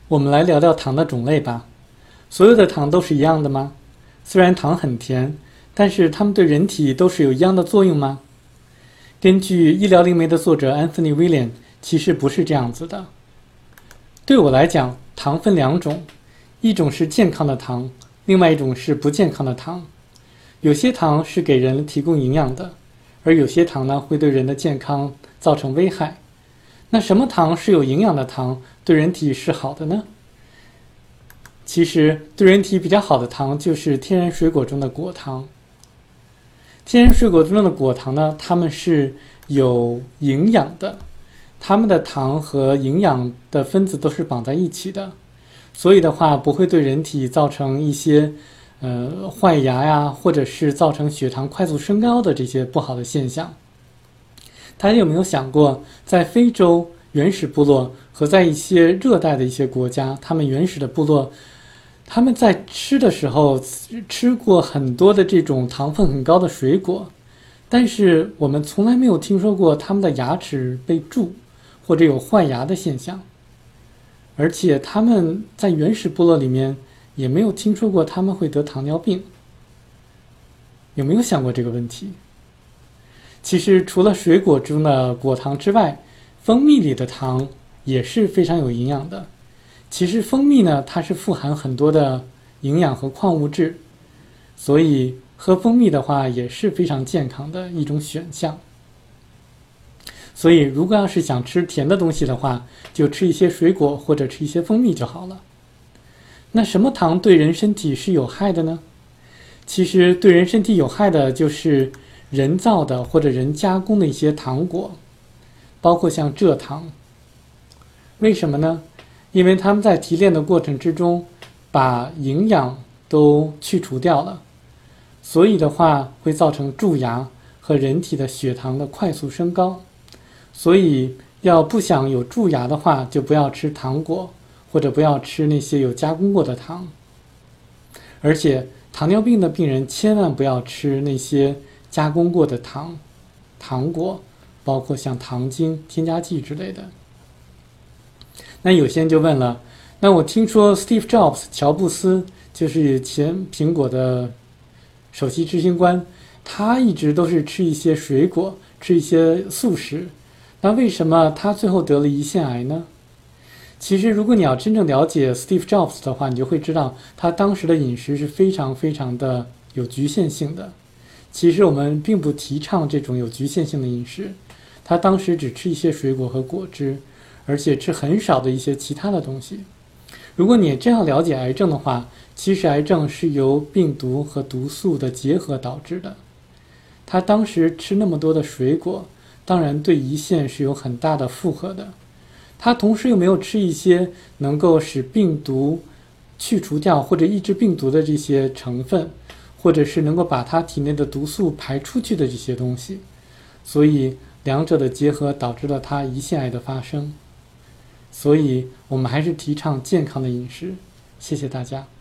我们来聊聊糖的种类吧。所有的糖都是一样的吗？虽然糖很甜，但是它们对人体都是有一样的作用吗？根据《医疗灵媒》的作者 Anthony William， 其实不是这样子的。对我来讲，糖分两种，一种是健康的糖，另外一种是不健康的糖。有些糖是给人提供营养的，而有些糖呢会对人的健康造成危害。那什么糖是有营养的糖，对人体是好的呢？其实对人体比较好的糖就是天然水果中的果糖。天然水果中的果糖呢，它们是有营养的，它们的糖和营养的分子都是绑在一起的，所以的话不会对人体造成一些坏牙呀，或者是造成血糖快速升高的这些不好的现象。大家有没有想过，在非洲原始部落和在一些热带的一些国家，他们原始的部落，他们在吃的时候吃过很多的这种糖分很高的水果，但是我们从来没有听说过他们的牙齿被蛀或者有坏牙的现象，而且他们在原始部落里面也没有听说过他们会得糖尿病。有没有想过这个问题？其实除了水果中的果糖之外，蜂蜜里的糖也是非常有营养的。其实蜂蜜呢，它是富含很多的营养和矿物质，所以喝蜂蜜的话也是非常健康的一种选项。所以如果要是想吃甜的东西的话，就吃一些水果或者吃一些蜂蜜就好了。那什么糖对人身体是有害的呢？其实对人身体有害的就是人造的或者人加工的一些糖果，包括像蔗糖。为什么呢？因为他们在提炼的过程之中把营养都去除掉了，所以的话会造成蛀牙和人体的血糖的快速升高。所以要不想有蛀牙的话，就不要吃糖果，或者不要吃那些有加工过的糖。而且糖尿病的病人千万不要吃那些加工过的糖果，包括像糖精、添加剂之类的。那有些人就问了，那我听说 Steve Jobs 乔布斯就是前苹果的首席执行官，他一直都是吃一些水果，吃一些素食，那为什么他最后得了胰腺癌呢？其实如果你要真正了解 Steve Jobs 的话，你就会知道他当时的饮食是非常非常的有局限性的。其实我们并不提倡这种有局限性的饮食，他当时只吃一些水果和果汁，而且吃很少的一些其他的东西。如果你这样了解癌症的话，其实癌症是由病毒和毒素的结合导致的。他当时吃那么多的水果，当然对胰腺是有很大的负荷的。他同时又没有吃一些能够使病毒去除掉或者抑制病毒的这些成分，或者是能够把他体内的毒素排出去的这些东西，所以两者的结合导致了他胰腺癌的发生。所以我们还是提倡健康的饮食。谢谢大家。